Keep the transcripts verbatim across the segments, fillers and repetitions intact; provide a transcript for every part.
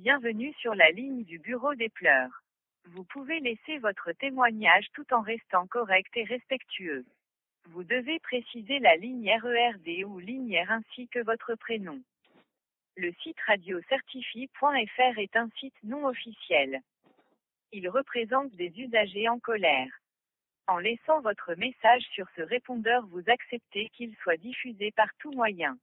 Bienvenue sur la ligne du bureau des pleurs. Vous pouvez laisser votre témoignage tout en restant correct et respectueux. Vous devez préciser la ligne R E R D ou ligne R ainsi que votre prénom. Le site radio certifie point F R est un site non officiel. Il représente des usagers en colère. En laissant votre message sur ce répondeur, vous acceptez qu'il soit diffusé par tout moyen.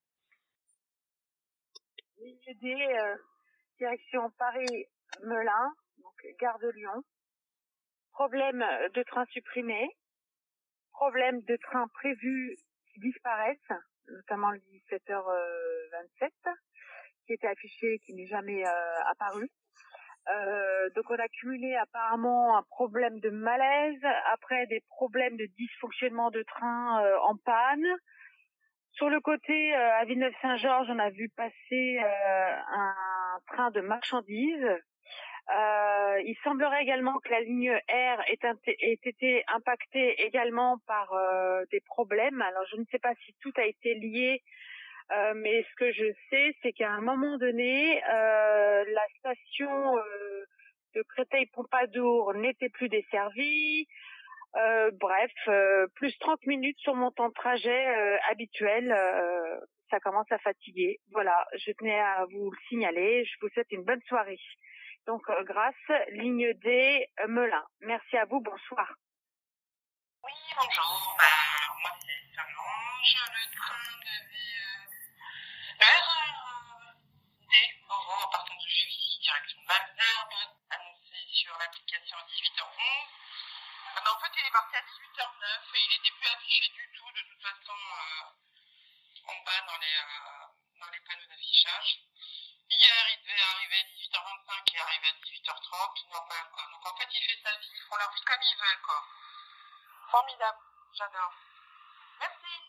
Ligne D, euh, direction Paris-Melun, donc gare de Lyon. Problème de train supprimé. Problème de train prévu qui disparaissent, notamment le dix-sept heures vingt-sept, qui était affiché et qui n'est jamais euh, apparu. Euh, donc on a cumulé apparemment un problème de malaise, après des problèmes de dysfonctionnement de train euh, en panne. Sur le côté, euh, à Villeneuve-Saint-Georges, on a vu passer euh, un train de marchandises. Euh, il semblerait également que la ligne R ait, ait été impactée également par euh, des problèmes. Alors je ne sais pas si tout a été lié, euh, mais ce que je sais, c'est qu'à un moment donné, euh, la station euh, de Créteil-Pompadour n'était plus desservie. Euh, bref, euh, plus trente minutes sur mon temps de trajet euh, habituel, euh, ça commence à fatiguer. Voilà, je tenais à vous le signaler. Je vous souhaite une bonne soirée. Donc, euh, grâce, ligne D, euh, Melun. Merci à vous, bonsoir. Oui, bonjour. Bah, alors moi, c'est Solange. Le train devait... Euh, R E R D, Oran, en partant de Juvisy, direction Malherbe, annoncé sur l'application à dix-huit heures onze. Euh, mais en fait, il est parti à dix-huit heures neuf et il n'était plus affiché du tout, de toute façon, euh, en bas dans les, euh, dans les panneaux d'affichage. Hier, il devait arriver à dix-huit heures vingt-cinq et arriver à dix-huit heures trente, normal, quoi. Donc en fait, il fait sa vie, ils font leur vie comme ils veulent, quoi. Formidable, j'adore. Merci.